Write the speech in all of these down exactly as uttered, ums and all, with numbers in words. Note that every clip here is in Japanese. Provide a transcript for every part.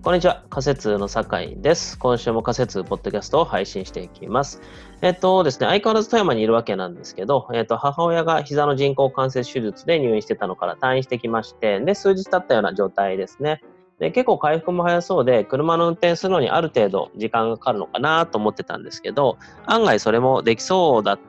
こんにちは。仮説の酒井です。今週も仮説ポッドキャストを配信していきます。えっとですね、相変わらず富山にいるわけなんですけど、えっと、母親が膝の人工関節手術で入院してたのから退院してきまして、で、数日経ったような状態ですね。で、結構回復も早そうで、車の運転するのにある程度時間がかかるのかなと思ってたんですけど、案外それもできそうだった、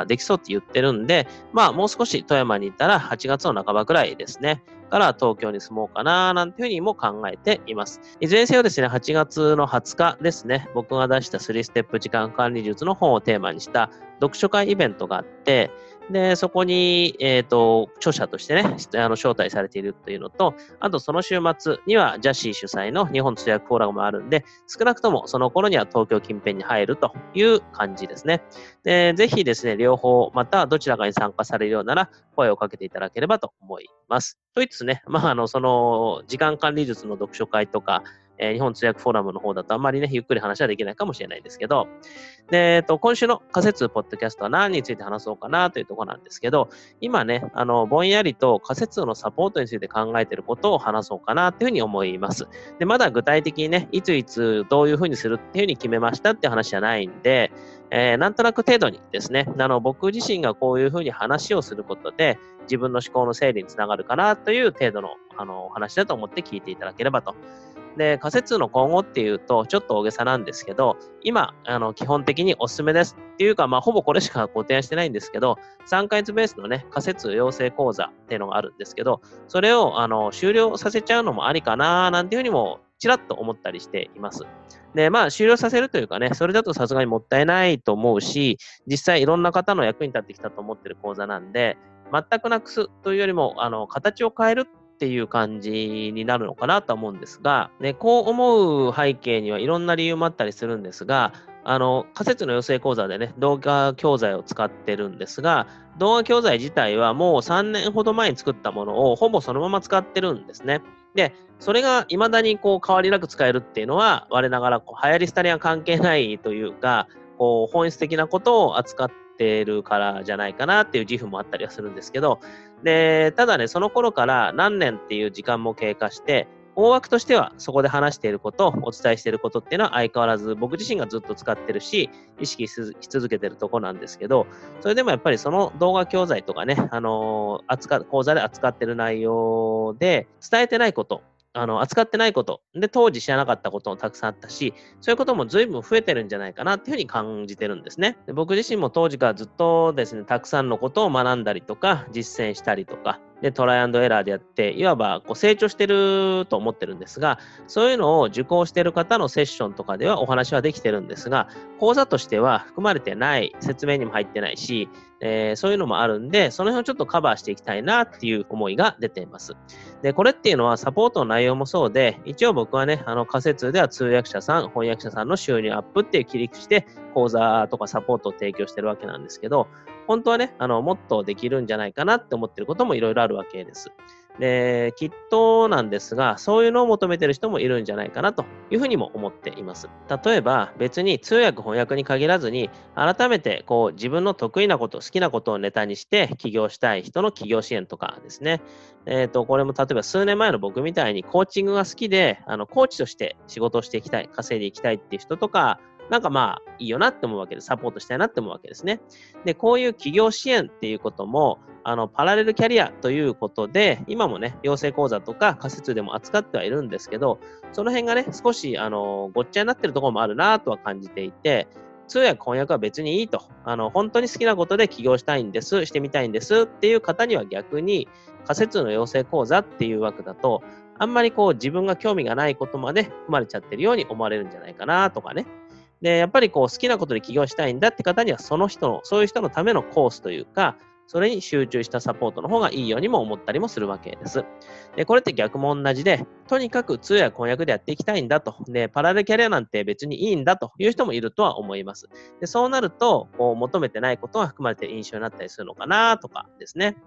できそうって言ってるんで、まあもう少し富山に行ったらはちがつの半ばくらいですね。から東京に住もうかななんていうふうにも考えています。いずれにせよですね、はちがつのはつかですね、僕が出したスリーステップ時間管理術の本をテーマにした読書会イベントがあって、で、そこに、えっと、著者としてね、あの招待されているというのと、あとその週末にはジャシー主催の日本通訳フォーラムもあるんで、少なくともその頃には東京近辺に入るという感じですね。で、ぜひですね、両方、またどちらかに参加されるようなら、声をかけていただければと思います。と言いつつね、まあ、あの、その、時間管理術の読書会とか、えー日本通訳フォーラムの方だとあんまりね、ゆっくり話はできないかもしれないんですけど、で、えっと、今週の仮説ポッドキャストは何について話そうかなというところなんですけど、今ね、あの、ぼんやりと仮説のサポートについて考えていることを話そうかなというふうに思います。で、まだ具体的にね、いついつどういうふうにするっていうふうに決めましたっていう話じゃないんで、えーなんとなく程度にですね、あの、僕自身がこういうふうに話をすることで、自分の思考の整理につながるかなという程度の、あの、お話だと思って聞いていただければと。で、仮説の今後っていうと、ちょっと大げさなんですけど、今、あの、基本的におすすめですっていうか、まあ、ほぼこれしかご提案してないんですけど、さんかげつベースのね、仮説養成講座っていうのがあるんですけど、それを、あの、終了させちゃうのもありかな、なんていうふうにも、ちらっと思ったりしています。で、まあ、終了させるというかね、それだとさすがにもったいないと思うし、実際いろんな方の役に立ってきたと思ってる講座なんで、全くなくすというよりも、あの、形を変えるっていう感じになるのかなと思うんですが、ね、こう思う背景にはいろんな理由もあったりするんですが、あの、仮説の養成講座でね、動画教材を使ってるんですが、動画教材自体はもうさんねんほど前に作ったものをほぼそのまま使ってるんですね。で、それが未だにこう変わりなく使えるっていうのは、我ながらこう流行り廃りは関係ないというか、こう本質的なことを扱ってるからじゃないかなっていう自負もあったりはするんですけど、で、ただね、その頃から何年っていう時間も経過して、大枠としてはそこで話していること、お伝えしていることっていうのは相変わらず僕自身がずっと使ってるし、意識し続けてるとこなんですけど、それでもやっぱりその動画教材とかね、あのー扱う、講座で扱ってる内容で伝えてないこと、あの、扱ってないこと、で、当時知らなかったこともたくさんあったし、そういうことも随分増えてるんじゃないかなっていうふうに感じてるんですね。で僕自身も当時からずっとですね、たくさんのことを学んだりとか、実践したりとか、で、トライアンドエラーでやって、いわばこう成長してると思ってるんですが、そういうのを受講してる方のセッションとかではお話はできてるんですが、講座としては含まれてない、説明にも入ってないし、えーそういうのもあるんで、その辺をちょっとカバーしていきたいなっていう思いが出ています。で、これっていうのはサポートの内容もそうで、一応僕はね、あの仮説では通訳者さん、翻訳者さんの収入アップっていう切り口で講座とかサポートを提供してるわけなんですけど、本当はね、あの、もっとできるんじゃないかなって思ってることもいろいろあるわけです。で、きっとなんですが、そういうのを求めてる人もいるんじゃないかなというふうにも思っています。例えば、別に通訳翻訳に限らずに、改めてこう自分の得意なこと、好きなことをネタにして起業したい人の起業支援とかですね。えっと、これも例えば数年前の僕みたいにコーチングが好きで、あの、コーチとして仕事をしていきたい、稼いでいきたいっていう人とか、なんかまあいいよなって思うわけです。サポートしたいなって思うわけですね。で、こういう起業支援っていうことも、あの、パラレルキャリアということで、今もね、養成講座とか仮説でも扱ってはいるんですけど、その辺がね、少し、あの、ごっちゃになってるところもあるなとは感じていて、通訳翻訳は別にいいと。あの、本当に好きなことで起業したいんです、してみたいんですっていう方には逆に、仮説の養成講座っていう枠だと、あんまりこう自分が興味がないことまで含まれちゃってるように思われるんじゃないかなとかね。で、やっぱりこう好きなことで起業したいんだって方にはその人の、そういう人のためのコースというか、それに集中したサポートの方がいいようにも思ったりもするわけです。で、これって逆も同じで、とにかく通訳翻訳でやっていきたいんだと。で、パラレルキャリアなんて別にいいんだという人もいるとは思います。で、そうなると、こう求めてないことが含まれている印象になったりするのかなとかですね。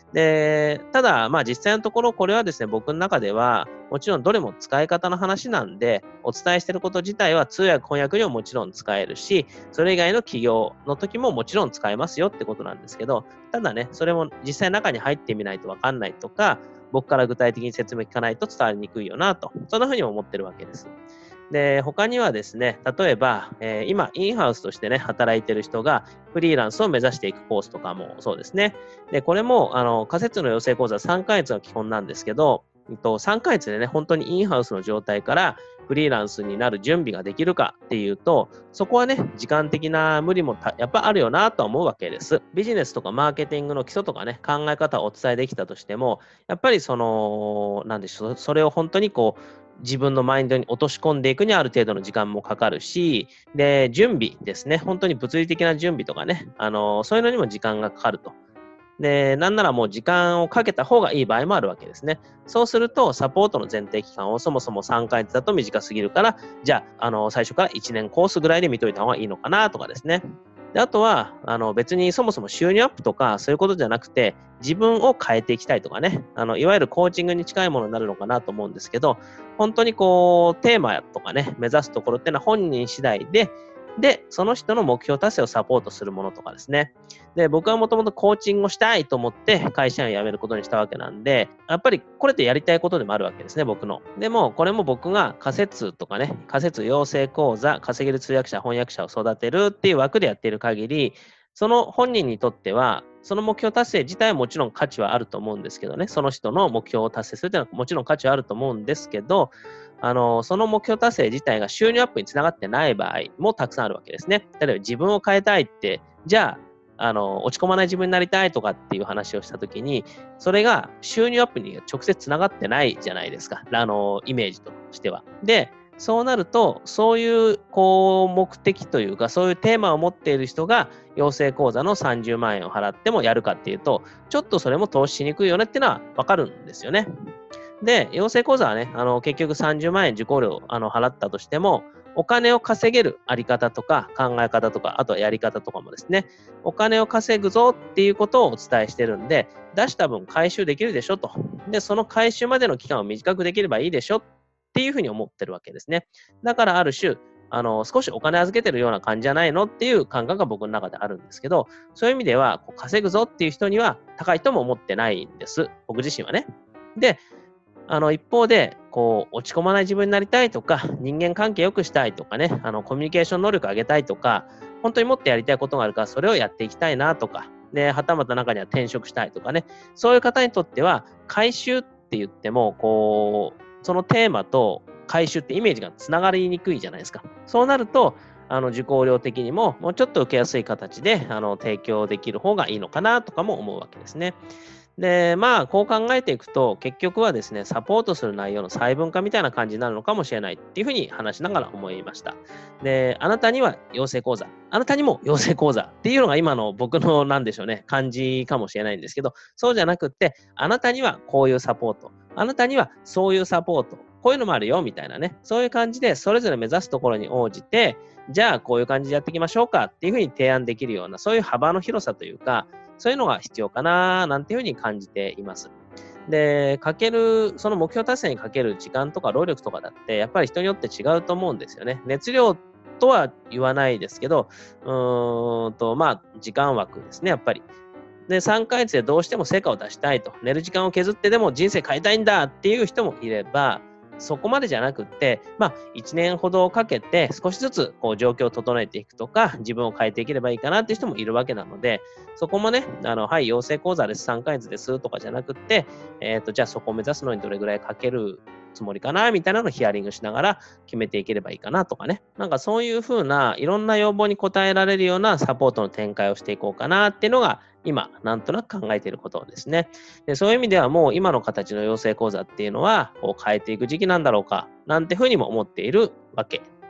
で、ただ、まあ実際のところ、これはですね、僕の中では、もちろんどれも使い方の話なんで、お伝えしていること自体は通訳、翻訳にももちろん使えるし、それ以外の企業の時ももちろん使えますよってことなんですけど、ただね、それも実際中に入ってみないとわかんないとか、僕から具体的に説明聞かないと伝わりにくいよなと、そんな風にも思ってるわけです。で、他にはですね、例えば、えー今、インハウスとしてね、働いてる人が、フリーランスを目指していくコースとかもそうですね。で、これも、あの、仮説の養成講座さんかげつが基本なんですけど、えっと、さんかげつでね、本当にインハウスの状態からフリーランスになる準備ができるかっていうと、そこはね、時間的な無理もたやっぱあるよなとは思うわけです。ビジネスとかマーケティングの基礎とかね、考え方をお伝えできたとしても、やっぱりその、なんでしょう、それを本当にこう、自分のマインドに落とし込んでいくにはある程度の時間もかかるし、で、準備ですね。本当に物理的な準備とかね、あの、そういうのにも時間がかかると。で、なんならもう時間をかけた方がいい場合もあるわけですね。そうすると、サポートの前提期間をそもそもさんかげつだと短すぎるから、じゃあ、あの、最初からいちねんコースぐらいで見といた方がいいのかなとかですね。であとは、あの、別にそもそも収入アップとかそういうことじゃなくて、自分を変えていきたいとかね、あの、いわゆるコーチングに近いものになるのかなと思うんですけど、本当にこう、テーマとかね、目指すところっていうのは本人次第で、で、その人の目標達成をサポートするものとかですね。で、僕はもともとコーチングをしたいと思って会社員を辞めることにしたわけなんで、やっぱりこれってやりたいことでもあるわけですね、僕の。でも、これも僕が仮説とかね、仮説養成講座、稼げる通訳者、翻訳者を育てるっていう枠でやっている限り、その本人にとっては、その目標達成自体はもちろん価値はあると思うんですけどね、その人の目標を達成するというのはもちろん価値はあると思うんですけど、あの、その目標達成自体が収入アップにつながってない場合もたくさんあるわけですね。例えば自分を変えたいって、じゃあ、あの、落ち込まない自分になりたいとかっていう話をしたときに、それが収入アップに直接つながってないじゃないですか。あの、イメージとしては。で、そうなると、そういう、こう、目的というか、そういうテーマを持っている人が、養成講座のさんじゅうまんえんを払ってもやるかっていうと、ちょっとそれも投資しにくいよねっていうのはわかるんですよね。で、養成講座はね、あの、結局さんじゅうまんえん受講料あの払ったとしても、お金を稼げるあり方とか考え方とか、あとはやり方とかもですね、お金を稼ぐぞっていうことをお伝えしてるんで、出した分回収できるでしょと。で、その回収までの期間を短くできればいいでしょっていうふうに思ってるわけですね。だからある種、あの、少しお金預けてるような感じじゃないのっていう感覚が僕の中であるんですけど、そういう意味では、こう稼ぐぞっていう人には高いとも思ってないんです。僕自身はね。で、あの、一方で、こう、落ち込まない自分になりたいとか、人間関係良くしたいとかね、あの、コミュニケーション能力上げたいとか、本当にもっとやりたいことがあるから、それをやっていきたいなとか、で、はたまた中には転職したいとかね、そういう方にとっては、回収って言っても、こう、そのテーマと回収ってイメージがつながりにくいじゃないですか。そうなると、あの、受講料的にも、もうちょっと受けやすい形で、あの、提供できる方がいいのかなとかも思うわけですね。で、まあ、こう考えていくと、結局はですね、サポートする内容の細分化みたいな感じになるのかもしれないっていうふうに話しながら思いました。で、あなたには養成講座、あなたにも養成講座っていうのが今の僕のなんでしょうね、感じかもしれないんですけど、そうじゃなくって、あなたにはこういうサポート、あなたにはそういうサポート、こういうのもあるよみたいなね、そういう感じでそれぞれ目指すところに応じて、じゃあこういう感じでやっていきましょうかっていうふうに提案できるような、そういう幅の広さというか、そういうのが必要かななんていうふうに感じています。で、かける、その目標達成にかける時間とか労力とかだって、やっぱり人によって違うと思うんですよね。熱量とは言わないですけど、うーんと、まあ、時間枠ですね、やっぱり。で、さんかげつでどうしても成果を出したいと、寝る時間を削ってでも人生変えたいんだっていう人もいれば、そこまでじゃなくって、まあ、いちねんほどかけて少しずつこう状況を整えていくとか、自分を変えていければいいかなっていう人もいるわけなので、そこもね、あの、はい、養成講座ですさんかげつですとかじゃなくって、えっと、じゃあそこを目指すのにどれぐらいかけるつもりかなみたいなのをヒアリングしながら決めていければいいかなとかね。なんかそういうふうないろんな要望に応えられるようなサポートの展開をしていこうかなっていうのが今なんとなく考えていることですね。で、そういう意味ではもう今の形の養成講座っていうのはこう変えていく時期なんだろうかなんてふうにも思っているわけです。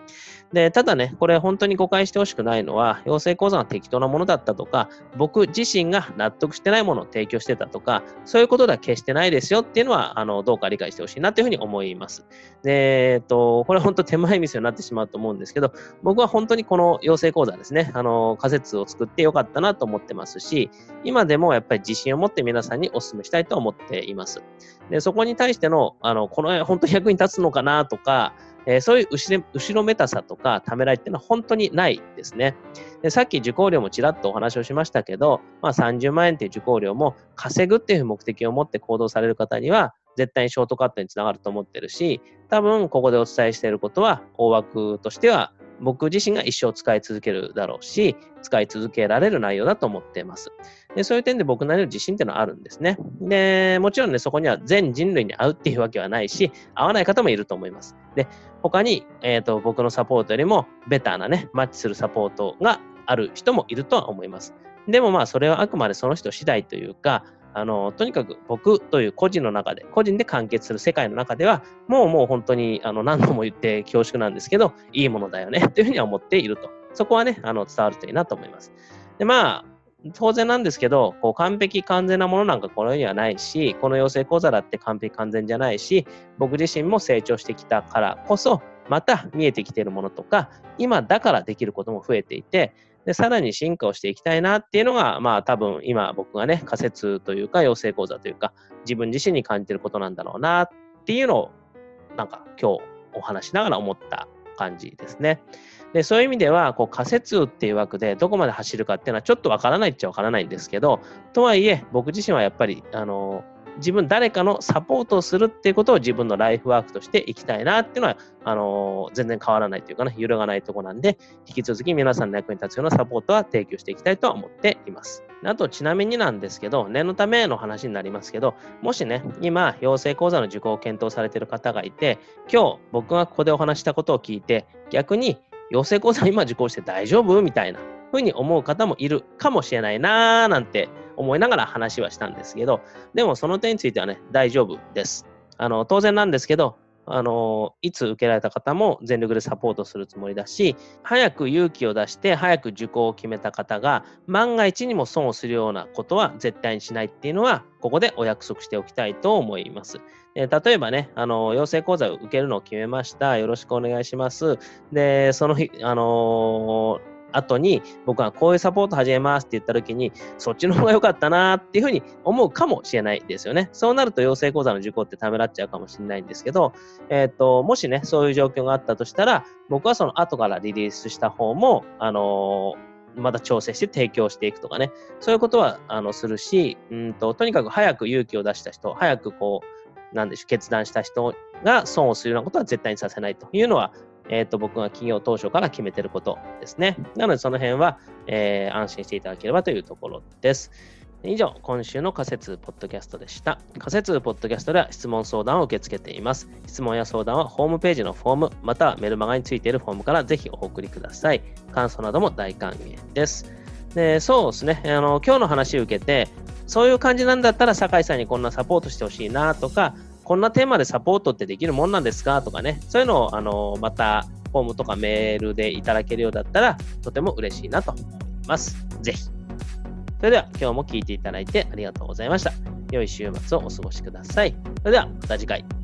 で、ただね、これ本当に誤解してほしくないのは、養成講座が適当なものだったとか、僕自身が納得してないものを提供してたとか、そういうことでは決してないですよっていうのは、あの、どうか理解してほしいなというふうに思います。で、えっと、これ本当手前味噌になってしまうと思うんですけど、僕は本当にこの養成講座ですね、あの、仮説を作ってよかったなと思ってますし、今でもやっぱり自信を持って皆さんにお勧めしたいと思っています。で、そこに対しての、あの、この絵本当に役に立つのかなとか、えー、そういう後ろ後ろめたさとかためらいっていうのは本当にないですね。で、さっき受講料もちらっとお話をしましたけど、まあ、さんじゅうまんえんっていう受講料も稼ぐっていう目的を持って行動される方には絶対にショートカットにつながると思ってるし、多分ここでお伝えしていることは大枠としては僕自身が一生使い続けるだろうし、使い続けられる内容だと思っています。で、そういう点で僕なりの自信っていうのはあるんですね。で、もちろんね、そこには全人類に合うっていうわけはないし、合わない方もいると思います。で、他に、えっと、僕のサポートよりもベターなね、マッチするサポートがある人もいるとは思います。でもまあ、それはあくまでその人次第というか、あの、とにかく僕という個人の中で、個人で完結する世界の中では、もうもう本当に、あの、何度も言って恐縮なんですけど、いいものだよね、というふうには思っていると。そこはね、あの、伝わるといいなと思います。で、まあ、当然なんですけど、こう完璧完全なものなんかこの世にはないし、この養成講座だって完璧完全じゃないし、僕自身も成長してきたからこそ、また見えてきているものとか、今だからできることも増えていて、で、さらに進化をしていきたいなっていうのが、まあ多分今僕がね、仮説というか養成講座というか、自分自身に感じていることなんだろうなっていうのを、なんか今日お話しながら思った感じですね。で、そういう意味では、こう仮説っていう枠でどこまで走るかっていうのはちょっとわからないっちゃわからないんですけど、とはいえ僕自身はやっぱり、あの、自分誰かのサポートをするっていうことを自分のライフワークとしていきたいなっていうのは、あのー、全然変わらないというかね、揺るがないところなんで、引き続き皆さんの役に立つようなサポートは提供していきたいとは思っています。あと、ちなみになんですけど、念のための話になりますけど、もしね、今、養成講座の受講を検討されている方がいて、今日僕がここでお話したことを聞いて、逆に養成講座今受講して大丈夫みたいなふうに思う方もいるかもしれないなーなんて思いながら話はしたんですけど、でもその点についてはね、大丈夫です。あの、当然なんですけど、あの、いつ受けられた方も全力でサポートするつもりだし、早く勇気を出して早く受講を決めた方が万が一にも損をするようなことは絶対にしないっていうのは、ここでお約束しておきたいと思います。え例えばね、あの、養成講座を受けるのを決めました。よろしくお願いします。で、その日、あのー後に僕はこういうサポート始めますって言った時にそっちの方が良かったなっていうふうに思うかもしれないですよね。そうなると養成講座の受講ってためらっちゃうかもしれないんですけど、えっと、もしね、そういう状況があったとしたら、僕はその後からリリースした方も、あのーまた調整して提供していくとかね、そういうことはあのするし、うんと、とにかく早く勇気を出した人、早くこう、なんでしょう、決断した人が損をするようなことは絶対にさせないというのは、えっと、僕が企業当初から決めていることですね。なので、その辺は、えー、安心していただければというところです。以上、今週の仮説ポッドキャストでした。仮説ポッドキャストでは質問相談を受け付けています。質問や相談はホームページのフォーム、またはメルマガについているフォームからぜひお送りください。感想なども大歓迎です。で、そうですね、あの、今日の話を受けて、そういう感じなんだったら、酒井さんにこんなサポートしてほしいなとか、こんなテーマでサポートってできるもんなんですかとかね、そういうのをあのまたフォームとかメールでいただけるようだったらとても嬉しいなと思います。ぜひ。それでは今日も聞いていただいてありがとうございました。良い週末をお過ごしください。それではまた次回。